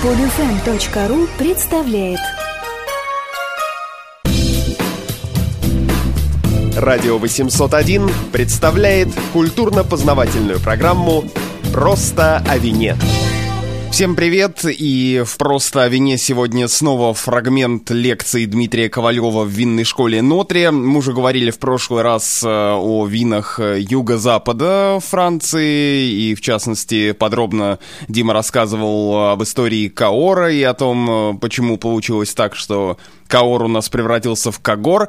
Podfm.ru представляет Радио 801 представляет культурно-познавательную программу «Просто о вине». Всем привет, и в «Просто о вине» сегодня снова фрагмент лекции Дмитрия Ковалева в винной школе Нотре. Мы уже говорили в прошлый раз о винах юго-запада Франции, и в частности подробно Дима рассказывал об истории Каора и о том, почему получилось так, что Каор у нас превратился в Кагор.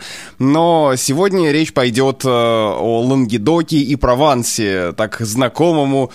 Но сегодня речь пойдет о Лангедоке и Провансе, так знакомому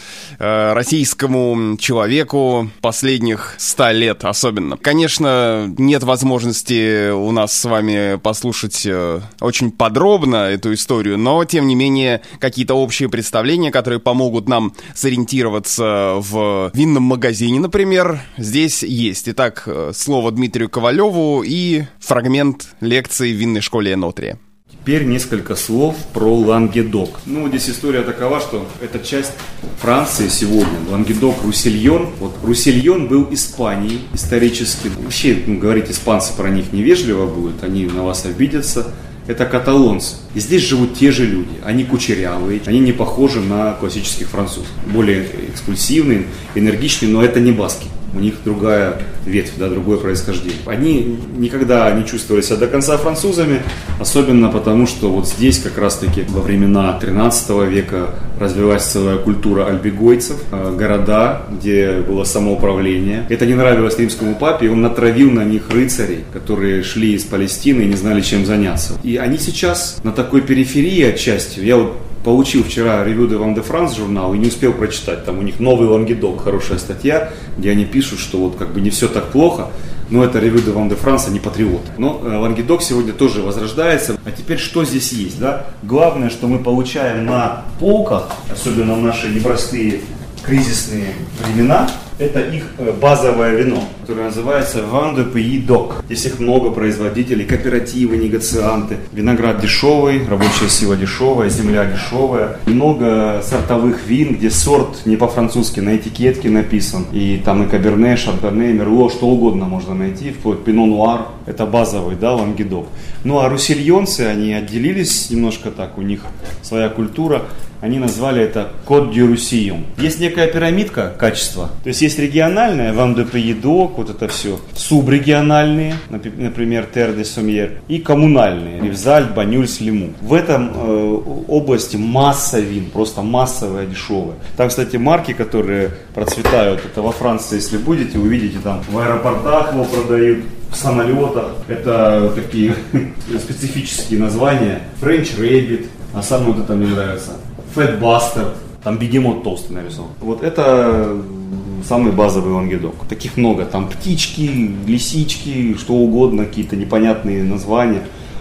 российскому человеку последних 100 лет особенно. Конечно, нет возможности у нас с вами послушать очень подробно эту историю, но, тем не менее, какие-то общие представления, которые помогут нам сориентироваться в винном магазине, например, здесь есть. Итак, слово Дмитрию Ковалеву и фрагмент лекции в винной школе Нотре. Теперь несколько слов про Лангедок. Здесь история такова, что это часть Франции сегодня. Лангедок, Руссельон. Руссельон был Испанией исторически. Вообще, говорить испанцы про них невежливо будет, они на вас обидятся. Это каталонцы. И здесь живут те же люди. Они кучерявые, они не похожи на классических французов. Более экспульсивные, энергичные, но это не баски. У них другая ветвь, другое происхождение. Они никогда не чувствовали себя до конца французами, особенно потому, что здесь как раз-таки во времена 13 века развилась целая культура альбегойцев, города, где было самоуправление. Это не нравилось римскому папе, и он натравил на них рыцарей, которые шли из Палестины и не знали, чем заняться. И они сейчас на такой периферии отчасти. Я получил вчера Revue de Vin de France журнал и не успел прочитать. Там у них новый Лангедок, хорошая статья, где они пишут, что не все так плохо. Но это Revue de Vin de France, они патриоты. Но Лангедок сегодня тоже возрождается. А теперь что здесь есть? Главное, что мы получаем на полках, особенно в наши непростые кризисные времена, это их базовое вино, которое называется Vin de Pays d'Oc. Здесь их много производителей, кооперативы, негацианты. Виноград дешевый, рабочая сила дешевая, земля дешевая. Много сортовых вин, где сорт не по-французски на этикетке написан. И там и Каберне, Шардоне, Мерло, что угодно можно найти, вплоть Пино Нуар. Это базовый, Лангедок. А руссельонцы, они отделились немножко так, у них своя культура. Они назвали это Côte du Roussillon. Есть некая пирамидка качества. То есть региональная, Vin de Pays d'Oc, это все. Субрегиональные, например, Terre de Sommières. И коммунальные, Ривзальт, Банюльс, Лиму. В этом области масса вин, просто массовая, дешевая. Там, кстати, марки, которые процветают, это во Франции, если будете, увидите, там в аэропортах его продают, в самолетах. Это такие специфические названия. French Rabbit, а самое это мне нравится. Fat Bastard, там бегемот толстый нарисован. Это самый базовый Лангедок. Таких много. Там птички, лисички, что угодно, какие-то непонятные названия.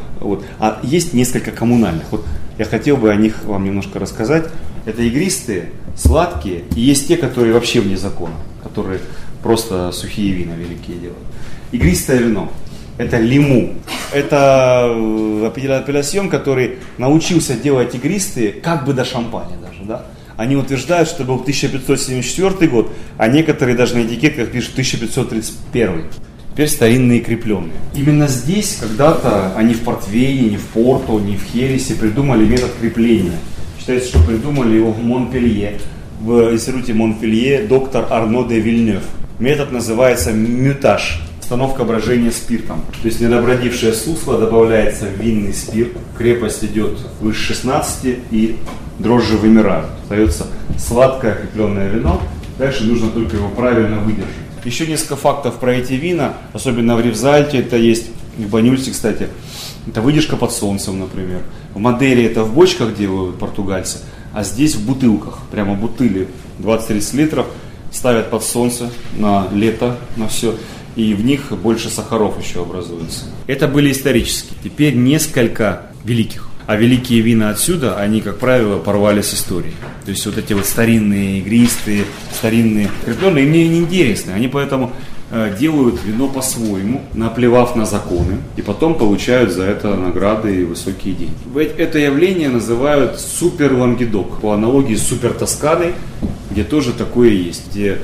А есть несколько коммунальных. Я хотел бы о них вам немножко рассказать. Это игристые, сладкие, и есть те, которые вообще вне закона, которые просто сухие вина великие делают. Игристое вино. Это Лиму. Это апеллясьон, который научился делать игристые как бы до шампаня даже. Они утверждают, что был 1574 год, а некоторые даже на этикетках пишут 1531. Теперь старинные крепленные. Именно здесь когда-то они в Портвейне, не в Порту, не в Хересе придумали метод крепления. Считается, что придумали его в Монпелье. В институте Монпелье доктор Арно де Вильнёв. Метод называется мютаж. Установка брожения спиртом. То есть недобродившее сусло добавляется в винный спирт, крепость идет выше 16 и дрожжи вымирают. Остается сладкое крепленное вино, дальше нужно только его правильно выдержать. Еще несколько фактов про эти вина, особенно в Ривзальте, это есть, и в Банюльсе, кстати, это выдержка под солнцем, например. В Мадейре это в бочках делают португальцы, а здесь в бутылках, прямо бутыли 20-30 литров, ставят под солнце на лето, на все. И в них больше сахаров еще образуется. Это были исторические. Теперь несколько великих. А великие вина отсюда, они, как правило, порвали с историей. То есть эти старинные игристые, старинные крепленные, мне не интересны. Они поэтому делают вино по-своему, наплевав на законы, и потом получают за это награды и высокие деньги. Это явление называют супер Лангедок, по аналогии с супер Тосканой, где тоже такое есть, где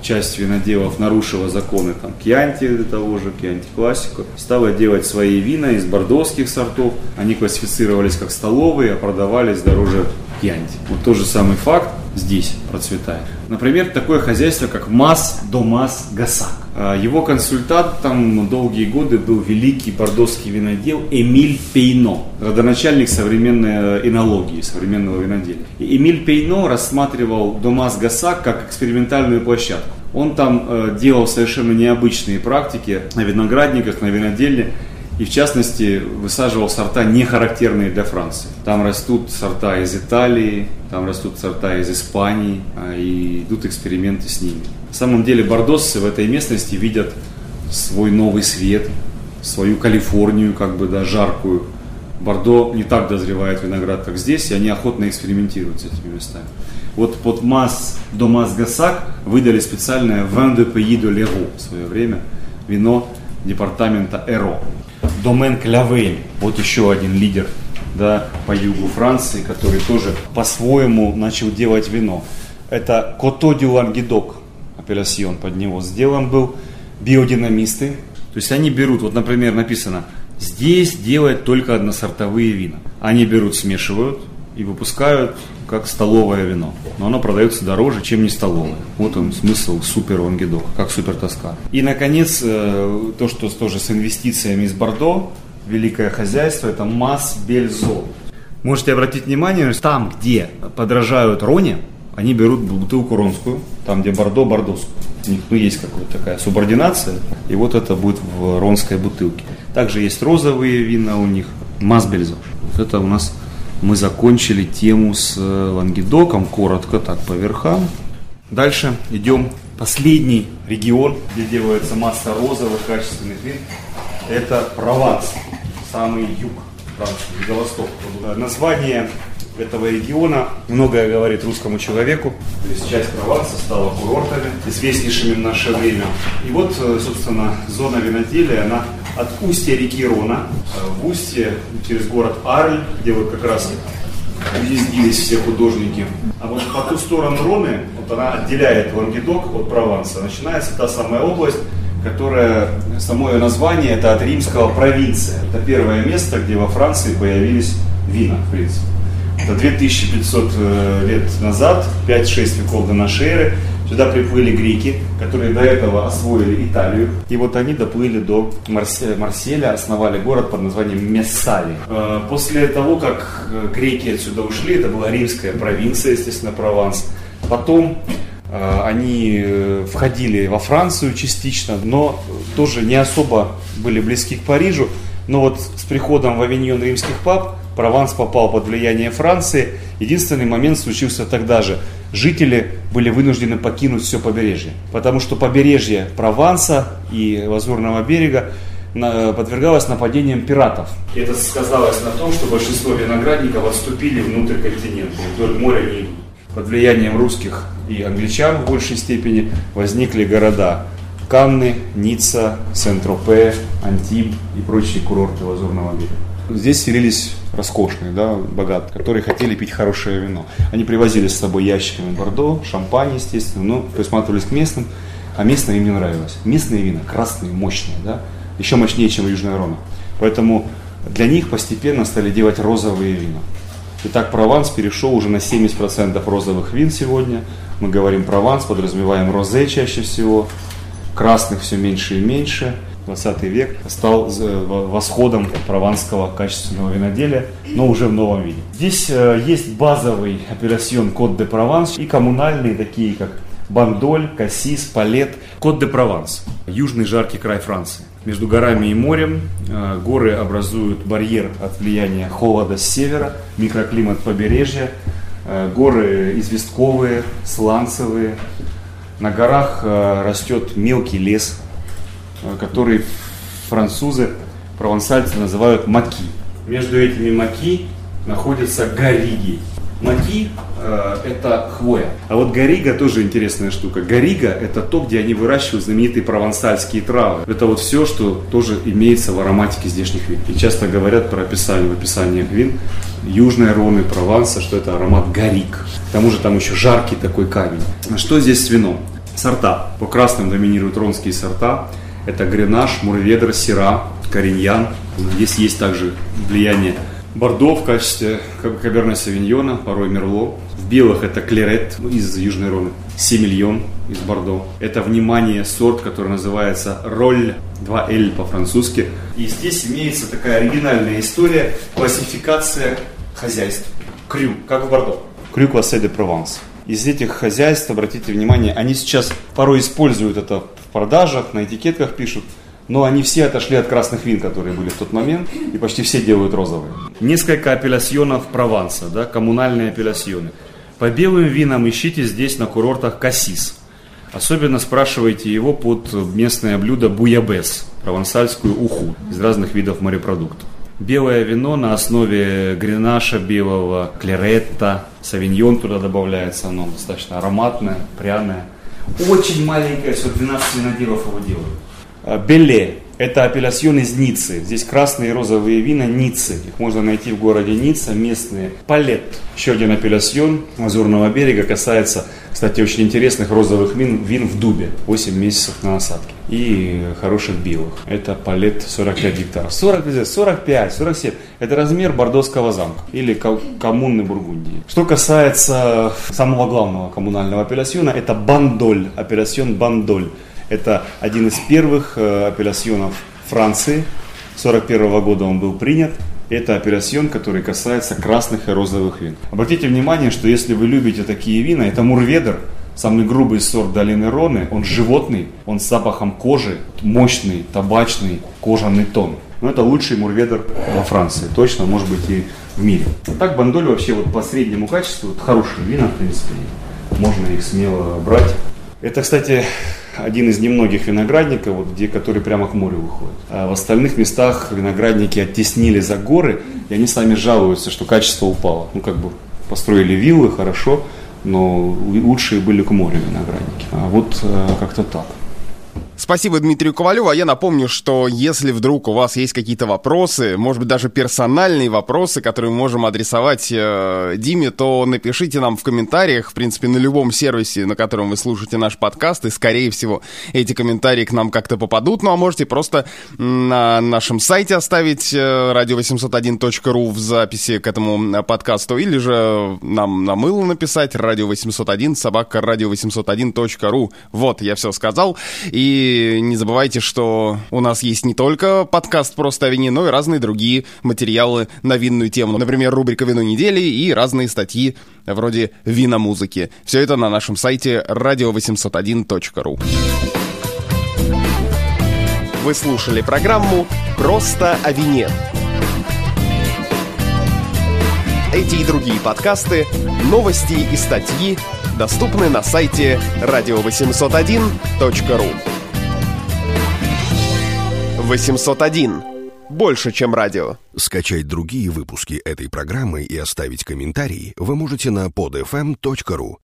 часть виноделов нарушила законы там Кьянти того же, Кьянти классику, стала делать свои вина из бордоских сортов. Они классифицировались как столовые, а продавались дороже Кьянти. Вот тот же самый факт здесь процветает. Например, такое хозяйство, как Mas Domas Gassac. Его консультантом долгие годы был великий бордоский винодел Эмиль Пейно, родоначальник современной энологии, современного виноделия. И Эмиль Пейно рассматривал Domas Gassac как экспериментальную площадку. Он там делал совершенно необычные практики на виноградниках, на винодельне. И в частности высаживал сорта, не характерные для Франции. Там растут сорта из Италии, там растут сорта из Испании, и идут эксперименты с ними. На самом деле бордосцы в этой местности видят свой новый свет, свою Калифорнию, жаркую. Бордо не так дозревает виноград, как здесь, и они охотно экспериментируют с этими местами. Вот под Mas Domas Gassac выдали специальное Vin de Pays de l'Hérault в свое время, вино департамента Эро. Домен Клявель, вот еще один лидер, по югу Франции, который тоже по-своему начал делать вино. Это Кото дю Лангедок, апеллясьон под него сделан был, биодинамисты. То есть они берут, вот, например, написано, здесь делают только односортовые вина. Они берут, смешивают и выпускают как столовое вино. Но оно продается дороже, чем не столовое. Вот он смысл супер Лангедок, как супер Тоскана. И, наконец, то, что тоже с инвестициями из Бордо, великое хозяйство, это Mas Belzot. Можете обратить внимание, что там, где подражают Роне, они берут бутылку ронскую, там, где Бордо, бордоскую. У них есть какая-то такая субординация, и вот это будет в ронской бутылке. Также есть розовые вина у них, Mas Belzot. Вот это у нас мы закончили тему с Лангедоком, коротко так по верхам. Дальше идем. Последний регион, где делается масса розовых качественных вин, это Прованс, самый юг Франции, юго-восток. Название этого региона многое говорит русскому человеку. То есть часть Прованса стала курортами, известнейшими в наше время. И вот, собственно, зона виноделия, она от устья реки Рона, в устье через город Арль, где вот как раз уездились все художники. А вот по ту сторону Роны, вот она отделяет Лангедок от Прованса. Начинается та самая область, которая, само ее название, это от римского провинция. Это первое место, где во Франции появились вина, в принципе. Это 2500 лет назад, 5-6 веков до нашей эры, сюда приплыли греки, которые до этого освоили Италию. И вот они доплыли до Марселя, основали город под названием Мессалия. После того, как греки отсюда ушли, это была римская провинция, естественно, Прованс. Потом они входили во Францию частично, но тоже не особо были близки к Парижу. Но вот с приходом в Авиньон римских пап Прованс попал под влияние Франции. Единственный момент случился тогда же. Жители были вынуждены покинуть все побережье, потому что побережье Прованса и Лазурного берега подвергалось нападениям пиратов. И это сказалось на том, что большинство виноградников отступили внутрь континента, вдоль моря не идут. Под влиянием русских и англичан в большей степени возникли города Канны, Ницца, Сен-Тропе, Антиб и прочие курорты Лазурного берега. Здесь селились роскошные, богатые, которые хотели пить хорошее вино. Они привозили с собой ящиками бордо, шампань, естественно, но присматривались к местным, а местные им не нравилось. Местные вина красные, мощные, еще мощнее, чем Южная Рона. Поэтому для них постепенно стали делать розовые вина. Итак, Прованс перешел уже на 70% розовых вин сегодня. Мы говорим Прованс, подразумеваем розе чаще всего. Красных все меньше и меньше. 20 век стал восходом прованского качественного виноделия, но уже в новом виде. Здесь есть базовый апеллясьон Кот де Прованс и коммунальные, такие как Бандоль, Кассис, Палет. Кот де Прованс – южный жаркий край Франции. Между горами и морем горы образуют барьер от влияния холода с севера, микроклимат побережья, горы известковые, сланцевые. На горах растет мелкий лес, который французы, провансальцы называют маки. Между этими маки находятся гариги. Маки это хвоя. А вот гарига тоже интересная штука. Гарига это то, где они выращивают знаменитые провансальские травы. Это вот все, что тоже имеется в ароматике здешних вин. И часто говорят в описаниях вин Южной Роны, Прованса, что это аромат гариг. К тому же там еще жаркий такой камень. Что здесь с вином? Сорта. По красным доминируют ронские сорта. Это Гренаж, Мурведер, Сира, Кариньян. Здесь есть также влияние Бордо в качестве Каберне Савиньона, порой Мерло. В белых это Клерет из Южной Роны, Семильон из Бордо. Это, внимание, сорт, который называется Роль, 2L по-французски. И здесь имеется такая оригинальная история, классификация хозяйств. Крю, как в Бордо. Крю Классе де Прованс. Из этих хозяйств, обратите внимание, они сейчас порой используют это в продажах, на этикетках пишут. Но они все отошли от красных вин, которые были в тот момент, и почти все делают розовые. Несколько апеллясьонов Прованса, да, коммунальные апеллясьоны. По белым винам ищите здесь на курортах кассис. Особенно спрашивайте его под местное блюдо буябес, провансальскую уху, из разных видов морепродуктов. Белое вино на основе гренаша белого, клеретта, савиньон туда добавляется, оно достаточно ароматное, пряное. Очень маленькое, всего 12 виноделов его делают. Белле – это апеллясьон из Ниццы. Здесь красные и розовые вина Ниццы. Их можно найти в городе Ницца, местные. Палет – еще один апеллясьон Лазурного берега. Касается, кстати, очень интересных розовых вин в дубе. 8 месяцев на насадке. И хороших белых. Это Палет 45 гектаров. 45, 47 – это размер Бордоского замка или коммуны Бургундии. Что касается самого главного коммунального апеллясьона, это Бандоль, апеллясьон Бандоль. Это один из первых апеллясьонов Франции. 1941 года он был принят. Это апеллясьон, который касается красных и розовых вин. Обратите внимание, что если вы любите такие вина, это Мурведер, самый грубый сорт долины Роны. Он животный, он с запахом кожи, мощный, табачный, кожаный тон. Но это лучший Мурведер во Франции, точно, может быть, и в мире. Так Бандоль вообще вот по среднему качеству, вот хорошие вина, в принципе, можно их смело брать. Это, кстати, один из немногих виноградников, вот, который прямо к морю выходит. А в остальных местах виноградники оттеснили за горы, и они сами жалуются, что качество упало. Ну, как бы построили виллы, хорошо, но лучшие были к морю виноградники. А вот как-то так. Спасибо Дмитрию Ковалеву. А я напомню, что если вдруг у вас есть какие-то вопросы, может быть, даже персональные вопросы, которые мы можем адресовать Диме, то напишите нам в комментариях, в принципе, на любом сервисе, на котором вы слушаете наш подкаст, и, скорее всего, эти комментарии к нам как-то попадут. Ну, а можете просто на нашем сайте оставить radio801.ru в записи к этому подкасту, или же нам на мыло написать radio801@radio801.ru. Вот, я все сказал. И не забывайте, что у нас есть не только подкаст «Просто о вине», но и разные другие материалы на винную тему. Например, рубрика «Вино недели» и разные статьи вроде «Виномузыки». Все это на нашем сайте radio801.ru. Вы слушали программу «Просто о вине». Эти и другие подкасты, новости и статьи доступны на сайте radio801.ru. 801. Больше, чем радио. Скачать другие выпуски этой программы и оставить комментарии вы можете на podfm.ru.